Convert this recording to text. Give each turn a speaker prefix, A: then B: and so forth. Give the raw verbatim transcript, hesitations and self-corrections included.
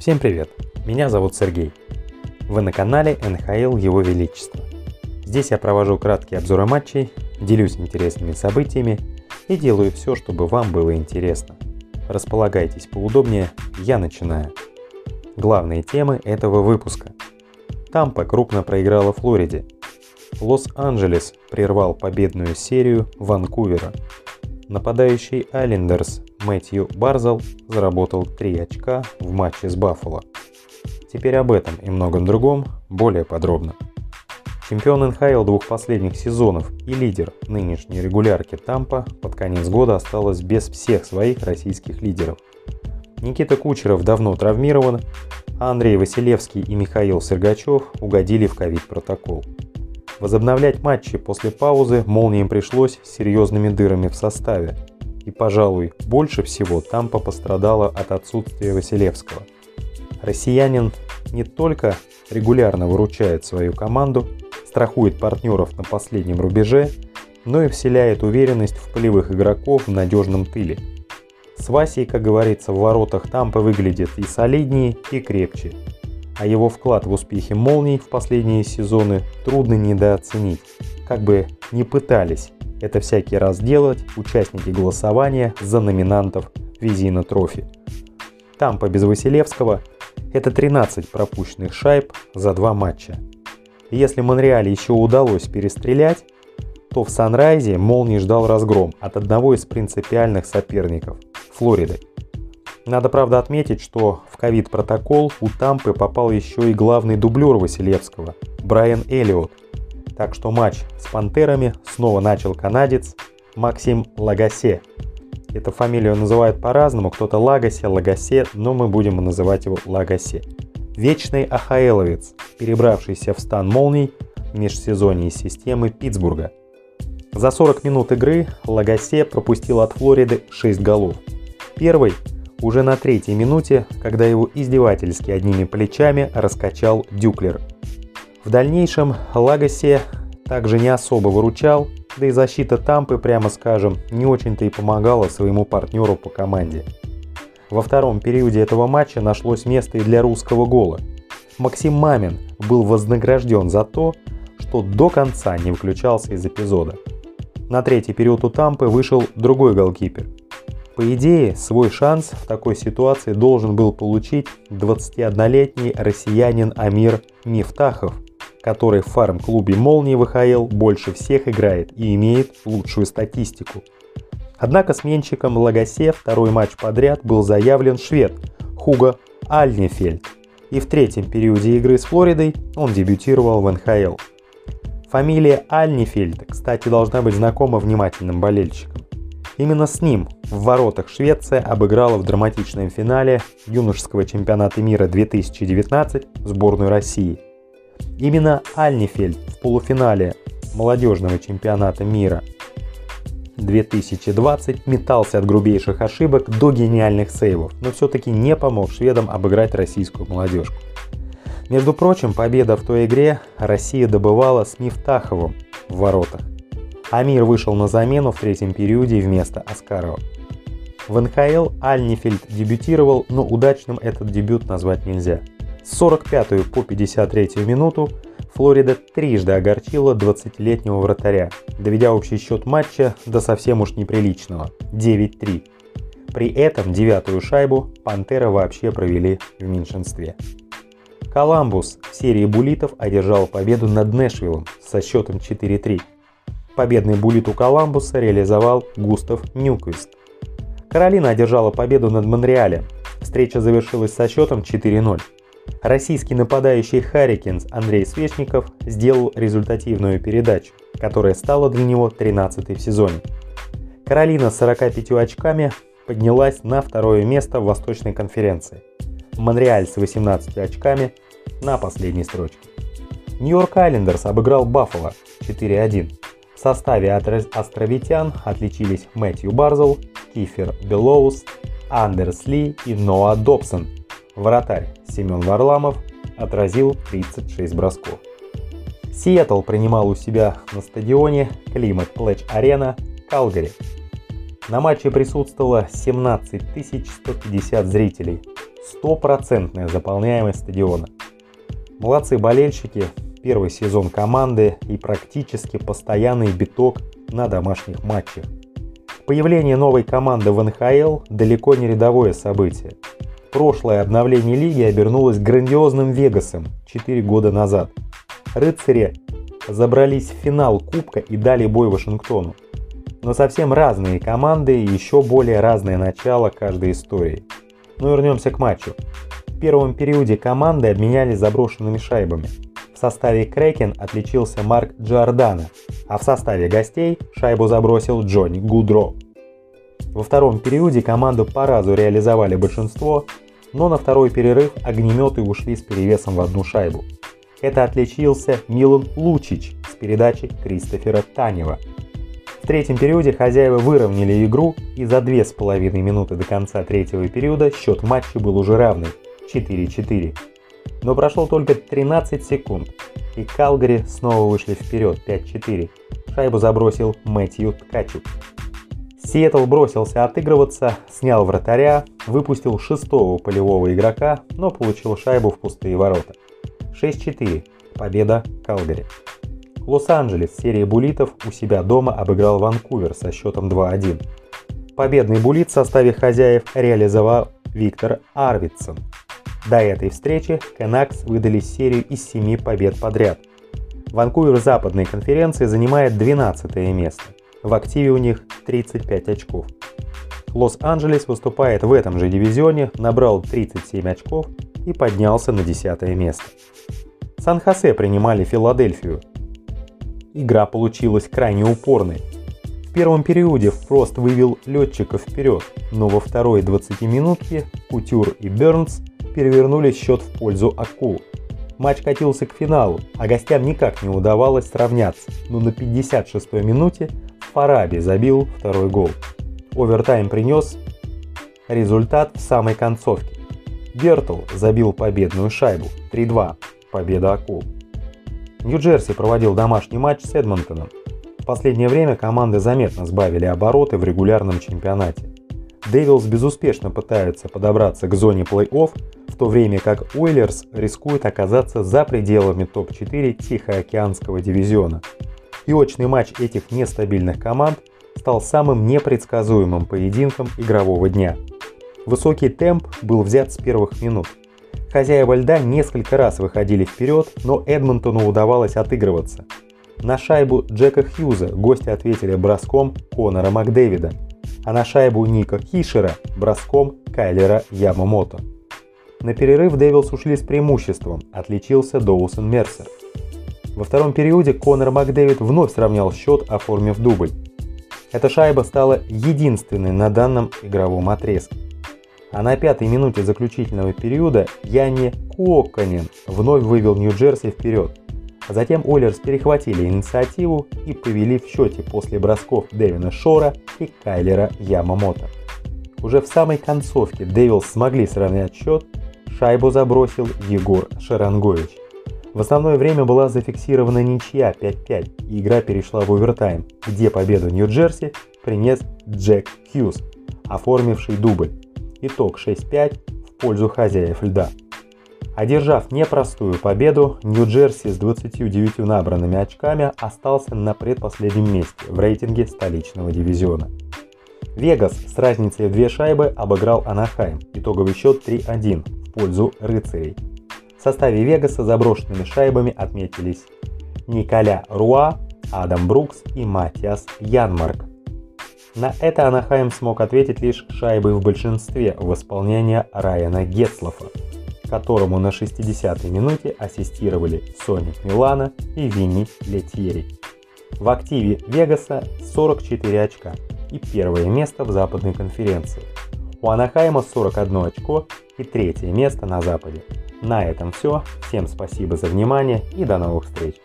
A: Всем привет, меня зовут Сергей. Вы на канале эн ха эл Его Величество. Здесь я провожу краткие обзоры матчей, делюсь интересными событиями и делаю все, чтобы вам было интересно. Располагайтесь поудобнее, я начинаю. Главные темы этого выпуска. Тампа крупно проиграла Флориде. Лос-Анджелес прервал победную серию Ванкувера. Нападающий Айлендерс Мэтью Барзел заработал три очка в матче с Баффало. Теперь об этом и многом другом более подробно. Чемпион эн ха эл двух последних сезонов и лидер нынешней регулярки Тампа под конец года осталась без всех своих российских лидеров. Никита Кучеров давно травмирован, а Андрей Василевский и Михаил Сергачев угодили в ковид-протокол. Возобновлять матчи после паузы Молниям пришлось с серьезными дырами в составе. И, пожалуй, больше всего Тампа пострадала от отсутствия Василевского. Россиянин не только регулярно выручает свою команду, страхует партнеров на последнем рубеже, но и вселяет уверенность в полевых игроков в надежном тыле. С Васей, как говорится, в воротах Тампы выглядит и солиднее, и крепче. А его вклад в успехи Молний в последние сезоны трудно недооценить. Как бы ни пытались это всякий раз делать участники голосования за номинантов Визина Трофи. Тампа без Василевского – это тринадцать пропущенных шайб за два матча. И если Монреале еще удалось перестрелять, то в Санрайзе Молний ждал разгром от одного из принципиальных соперников – Флориды. Надо, правда, отметить, что в ковид-протокол у Тампы попал еще и главный дублер Василевского – Брайан Эллиот. Так что матч с Пантерами снова начал канадец Максим Лагасе. Эту фамилию называют по-разному, кто-то Лагасе, Лагасе, но мы будем называть его Лагасе. Вечный АХЛовец, перебравшийся в стан Молний в межсезонье системы Питтсбурга. За сорок минут игры Лагасе пропустил от Флориды шесть голов. Первый уже на третьей минуте, когда его издевательски одними плечами раскачал Дюклер. В дальнейшем Лагасе также не особо выручал, да и защита Тампы, прямо скажем, не очень-то и помогала своему партнеру по команде. Во втором периоде этого матча нашлось место и для русского гола. Максим Мамин был вознагражден за то, что до конца не выключался из эпизода. На третий период у Тампы вышел другой голкипер. По идее, свой шанс в такой ситуации должен был получить двадцатиоднолетний россиянин Амир Мифтахов, который в фарм-клубе Молнии в эн ха эл больше всех играет и имеет лучшую статистику. Однако сменщиком Лагасе второй матч подряд был заявлен швед Хуго Альнефельд, и в третьем периоде игры с Флоридой он дебютировал в эн ха эл. Фамилия Альнефельд, кстати, должна быть знакома внимательным болельщикам. Именно с ним в воротах Швеция обыграла в драматичном финале юношеского чемпионата мира две тысячи девятнадцать сборную России. Именно Альнефельд в полуфинале молодежного чемпионата мира две тысячи двадцать метался от грубейших ошибок до гениальных сейвов, но все-таки не помог шведам обыграть российскую молодежку. Между прочим, победа в той игре Россия добывала с Мифтаховым в воротах. Амир вышел на замену в третьем периоде вместо Аскарова. В эн ха эл Альнефельд дебютировал, но удачным этот дебют назвать нельзя. С сорок пятой по пятьдесят третью минуту Флорида трижды огорчила двадцатилетнего вратаря, доведя общий счет матча до совсем уж неприличного – девять три. При этом девятую шайбу Пантеры вообще провели в меньшинстве. Коламбус в серии буллитов одержал победу над Нэшвиллом со счетом четыре три. Победный буллит у Коламбуса реализовал Густав Нюквист. Каролина одержала победу над Монреалем. Встреча завершилась со счетом четыре ноль. Российский нападающий Харрикинс Андрей Свечников сделал результативную передачу, которая стала для него тринадцатой в сезоне. Каролина с сорока пятью очками поднялась на второе место в Восточной конференции. Монреаль с восемнадцатью очками на последней строчке. Нью-Йорк Айлендерс обыграл Баффало четыре один. В составе островитян отличились Мэтью Барзел, Кифер Белоус, Андерс Ли и Ноа Добсон. Вратарь Семен Варламов отразил тридцать шесть бросков. Сиэтл принимал у себя на стадионе Климат Пледж Арена Калгари. На матче присутствовало семнадцать тысяч сто пятьдесят зрителей. стопроцентная заполняемость стадиона. Молодцы болельщики, первый сезон команды и практически постоянный биток на домашних матчах. Появление новой команды в эн ха эл далеко не рядовое событие. Прошлое обновление лиги обернулось грандиозным Вегасом четыре года назад. Рыцари забрались в финал Кубка и дали бой Вашингтону. Но совсем разные команды и еще более разное начало каждой истории. Но вернемся к матчу. В первом периоде команды обменялись заброшенными шайбами. В составе Кракен отличился Марк Джордано, а в составе гостей шайбу забросил Джонни Гудро. Во втором периоде команды по разу реализовали большинство, но на второй перерыв огнеметы ушли с перевесом в одну шайбу. Это отличился Милан Лучич с передачи Кристофера Танева. В третьем периоде хозяева выровняли игру, и за две с половиной минуты до конца третьего периода счет матча был уже равный – четыре-четыре. Но прошло только тринадцать секунд, и Калгари снова вышли вперед пять-четыре. Шайбу забросил Мэтью Ткачук. Сиэтл бросился отыгрываться, снял вратаря, выпустил шестого полевого игрока, но получил шайбу в пустые ворота. шесть-четыре. Победа Калгари. Лос-Анджелес в серии буллитов у себя дома обыграл Ванкувер со счетом два-один. Победный буллит в составе хозяев реализовал Виктор Арвидсон. До этой встречи Canucks выдали серию из семи побед подряд. Ванкувер в западной конференции занимает двенадцатое место. В активе у них тридцать пять очков. Лос-Анджелес выступает в этом же дивизионе, набрал тридцать семь очков и поднялся на десятое место. Сан-Хосе принимали Филадельфию. Игра получилась крайне упорной. В первом периоде Фрост вывел летчиков вперед, но во второй двадцатиминутке Кутюр и Бернс перевернули счет в пользу акул. Матч катился к финалу, а гостям никак не удавалось сравняться, но на пятьдесят шестой минуте Фараби забил второй гол. Овертайм принес результат в самой концовке. Гертл забил победную шайбу три-два, победа акул. Нью-Джерси проводил домашний матч с Эдмонтоном. В последнее время команды заметно сбавили обороты в регулярном чемпионате. Девилс безуспешно пытаются подобраться к зоне плей-офф, в то время как Уойлерс рискует оказаться за пределами топ четыре Тихоокеанского дивизиона. И очный матч этих нестабильных команд стал самым непредсказуемым поединком игрового дня. Высокий темп был взят с первых минут. Хозяева льда несколько раз выходили вперед, но Эдмонтону удавалось отыгрываться. На шайбу Джека Хьюза гости ответили броском Конора Макдэвида, а на шайбу Ника Хишера броском Кайлера Ямамото. На перерыв Девилс ушли с преимуществом, отличился Доусон Мерсер. Во втором периоде Конор Макдэвид вновь сравнял счет, оформив дубль. Эта шайба стала единственной на данном игровом отрезке. А на пятой минуте заключительного периода Янни Куокканен вновь вывел Нью-Джерси вперед. Затем Уойлерс перехватили инициативу и повели в счете после бросков Дэвина Шора и Кайлера Ямамото. Уже в самой концовке Девилс смогли сравнять счет, шайбу забросил Егор Шарангович. В основное время была зафиксирована ничья пять-пять, и игра перешла в овертайм, где победу Нью-Джерси принес Джек Хьюз, оформивший дубль. Итог шесть-пять в пользу хозяев льда. Одержав непростую победу, Нью-Джерси с двадцатью девятью набранными очками остался на предпоследнем месте в рейтинге столичного дивизиона. Вегас с разницей в две шайбы обыграл Анахайм, итоговый счет три-один в пользу рыцарей. В составе Вегаса заброшенными шайбами отметились Николя Руа, Адам Брукс и Матиас Янмарк. На это Анахайм смог ответить лишь шайбой в большинстве в исполнении Райана Гетцлафа, которому на шестидесятой минуте ассистировали Соник Милана и Винни Летьери. В активе Вегаса сорок четыре очка и первое место в западной конференции. У Анахайма сорок одно очко и третье место на западе. На этом все. Всем спасибо за внимание и до новых встреч.